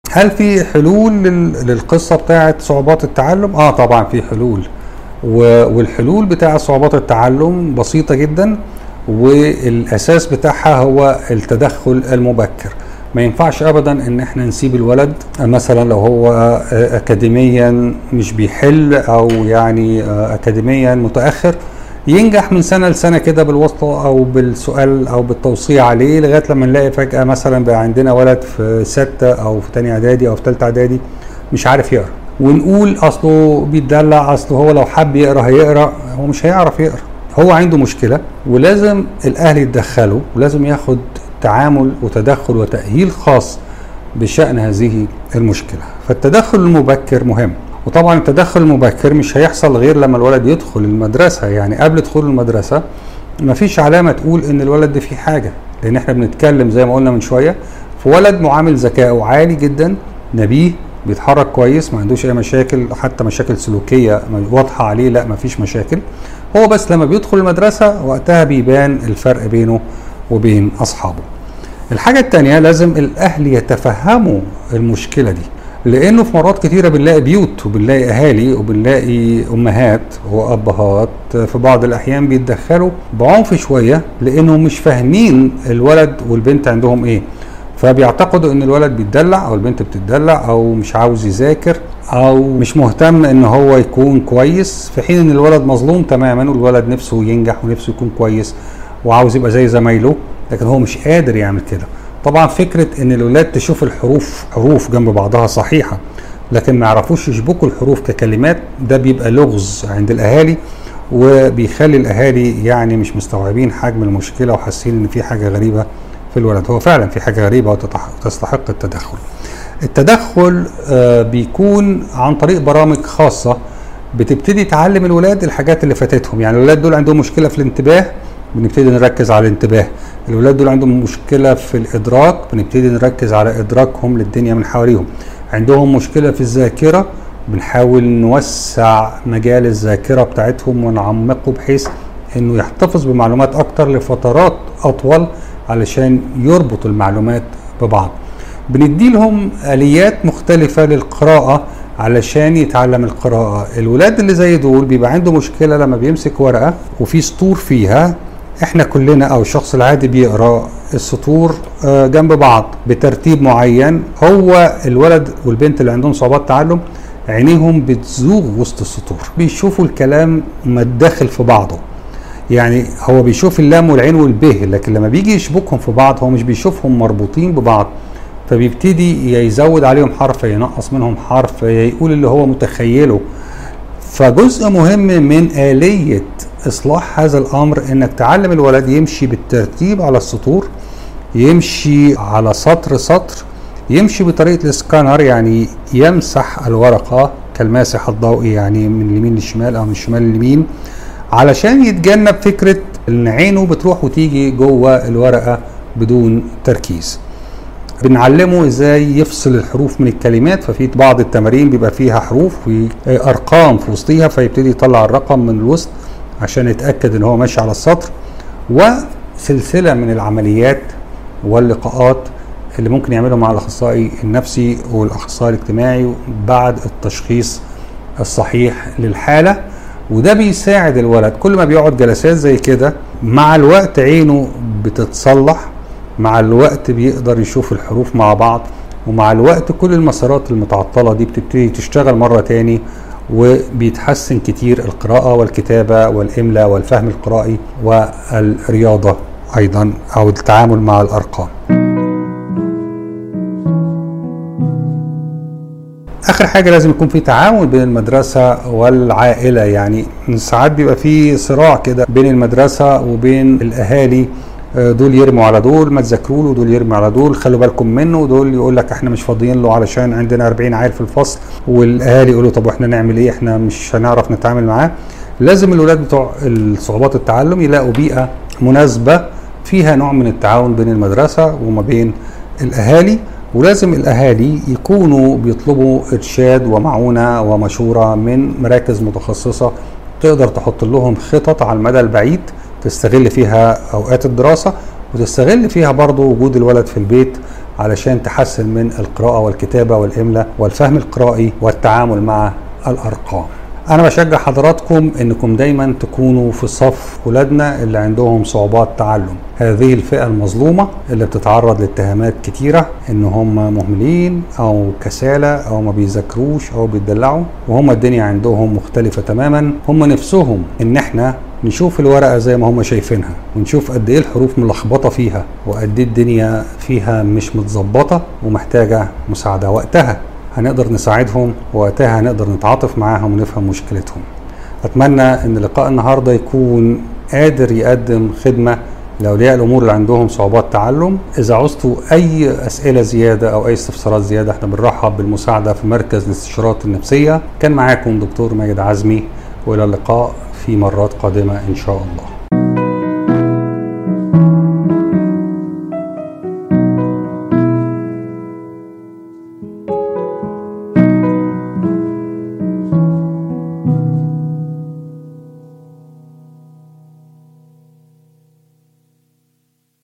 هل في حلول للقصة بتاعة صعوبات التعلم؟ طبعا في حلول، والحلول بتاعة صعوبات التعلم بسيطة جدا، والاساس بتاعها هو التدخل المبكر. ما ينفعش ابدا ان احنا نسيب الولد مثلا لو هو اكاديميا مش بيحل، او يعني اكاديميا متاخر، ينجح من سنه لسنه كده بالواسطه او بالسؤال او بالتوصيه عليه، لغايه لما نلاقي فجاه مثلا بقى عندنا ولد في 6 او في تانية اعدادي او في تالتة اعدادي مش عارف يقرا، ونقول اصله بيتدلع، اصله هو لو حب يقرا هيقرا. هو مش هيعرف يقرا، هو عنده مشكله، ولازم الاهل يتدخلوا، ولازم ياخد تعامل وتدخل وتأهيل خاص بشأن هذه المشكلة. فالتدخل المبكر مهم، وطبعا التدخل المبكر مش هيحصل غير لما الولد يدخل المدرسة. يعني قبل دخول المدرسة مفيش علامة تقول ان الولد ده فيه حاجة، لان احنا بنتكلم زي ما قلنا من شوية في ولد معامل ذكائه عالي جدا، نبيه، بيتحرك كويس، ما عندوش اي مشاكل، حتى مشاكل سلوكية واضحة عليه لا مفيش مشاكل. هو بس لما بيدخل المدرسة وقتها بيبان الفرق بينه وبين أصحابه. الحاجة التانية، لازم الأهل يتفهموا المشكلة دي، لأنه في مرات كتيرة بنلاقي بيوت وبنلاقي أهالي وبنلاقي أمهات وأبهات في بعض الأحيان بيتدخلوا بعنف شوية، لأنهم مش فاهمين الولد والبنت عندهم إيه، فبيعتقدوا ان الولد بيتدلع او البنت بتتدلع او مش عاوز يذاكر او مش مهتم ان هو يكون كويس، في حين ان الولد مظلوم تماما، والولد نفسه ينجح ونفسه يكون كويس وعاوز يبقى زي زمايله، لكن هو مش قادر يعمل كده. طبعا فكرة ان الولاد تشوف الحروف حروف جنب بعضها صحيحة، لكن ما يعرفوش يشبكوا الحروف ككلمات، ده بيبقى لغز عند الاهالي، وبيخلي الاهالي يعني مش مستوعبين حجم المشكلة وحاسين ان في حاجة غريبة في الولد. هو فعلا في حاجة غريبة وتستحق التدخل. التدخل بيكون عن طريق برامج خاصة بتبتدي تعلم الولاد الحاجات اللي فاتتهم. يعني الولاد دول عندهم مشكلة في الانتباه، بنبتدي نركز على الانتباه. الولاد دول عندهم مشكلة في الإدراك، بنبتدي نركز على إدراكهم للدنيا من حواليهم. عندهم مشكلة في الذاكرة، بنحاول نوسع مجال الذاكرة بتاعتهم ونعمقه بحيث انه يحتفظ بمعلومات اكتر لفترات اطول علشان يربط المعلومات ببعض. بندي لهم آليات مختلفة للقراءة علشان يتعلم القراءة. الولاد اللي زي دول بيبقى عنده مشكلة لما بيمسك ورقة وفي سطور فيها، احنا كلنا او الشخص العادي بيقرأ السطور جنب بعض بترتيب معين، هو الولد والبنت اللي عندهم صعوبات تعلم عينيهم بتزوغ وسط السطور، بيشوفوا الكلام متداخل في بعضه. يعني هو بيشوف اللام والعين والبه، لكن لما بيجي يشبكهم في بعض هو مش بيشوفهم مربوطين ببعض، فبيبتدي يزود عليهم حرف، ينقص منهم حرف، يقول اللي هو متخيله. فجزء مهم من آلية إصلاح هذا الأمر إنك تعلم الولد يمشي بالترتيب على السطور، يمشي على سطر سطر، يمشي بطريقة السكانر، يعني يمسح الورقة كالماسح الضوئي، يعني من اليمين للشمال أو من الشمال لليمين، علشان يتجنب فكرة ان عينه بتروح وتيجي جوه الورقة بدون تركيز. بنعلمه ازاي يفصل الحروف من الكلمات، ففي بعض التمارين بيبقى فيها حروف وارقام في وسطيها، فيبتدي يطلع الرقم من الوسط عشان يتأكد ان هو ماشي على السطر. وسلسلة من العمليات واللقاءات اللي ممكن يعملوا مع الاخصائي النفسي والاخصائي الاجتماعي بعد التشخيص الصحيح للحالة. وده بيساعد الولد كل ما بيقعد جلسات زي كده، مع الوقت عينه بتتصلح، مع الوقت بيقدر يشوف الحروف مع بعض، ومع الوقت كل المسارات المتعطلة دي بتبتدي تشتغل مرة تاني، وبيتحسن كتير القراءة والكتابة والإملاء والفهم القرائي والرياضة أيضا، أو التعامل مع الأرقام. اخر حاجه لازم يكون في تعاون بين المدرسه والعائله. يعني ساعات بيبقى في صراع كده بين المدرسه وبين الاهالي، دول يرموا على دول ما تذاكروا له، دول يرموا على دول خلوا بالكم منه، دول يقول لك احنا مش فاضيين له علشان عندنا 40 عيل في الفصل، والاهالي يقولوا طب واحنا نعمل ايه، احنا مش هنعرف نتعامل معاه. لازم الولاد بتوع صعوبات التعلم يلاقوا بيئه مناسبه فيها نوع من التعاون بين المدرسه وما بين الاهالي، ولازم الأهالي يكونوا بيطلبوا إرشاد ومعونة ومشورة من مراكز متخصصة تقدر تحط لهم خطط على المدى البعيد تستغل فيها أوقات الدراسة، وتستغل فيها برضو وجود الولد في البيت علشان تحسن من القراءة والكتابة والإملاء والفهم القرائي والتعامل مع الأرقام. أنا بشجع حضراتكم إنكم دايما تكونوا في صف ولادنا اللي عندهم صعوبات تعلم، هذه الفئة المظلومة اللي بتتعرض لاتهامات كتيرة إن هم مهملين أو كسالى أو ما بيذاكروش أو بيتدلعوا، وهم الدنيا عندهم مختلفة تماما. هم نفسهم إن احنا نشوف الورقة زي ما هم شايفينها، ونشوف قد ايه الحروف ملخبطة فيها، وقد ايه الدنيا فيها مش متظبطة ومحتاجة مساعدة. وقتها هنقدر نساعدهم، ووقتها هنقدر نتعاطف معاهم ونفهم مشكلتهم. أتمنى إن لقاء النهاردة يكون قادر يقدم خدمة لأولياء الأمور اللي عندهم صعوبات تعلم. إذا عوزتوا أي أسئلة زيادة أو أي استفسارات زيادة، احنا بنرحب بالمساعدة في مركز الاستشارات النفسية. كان معاكم دكتور ماجد عزمي، وإلى اللقاء في مرات قادمة إن شاء الله.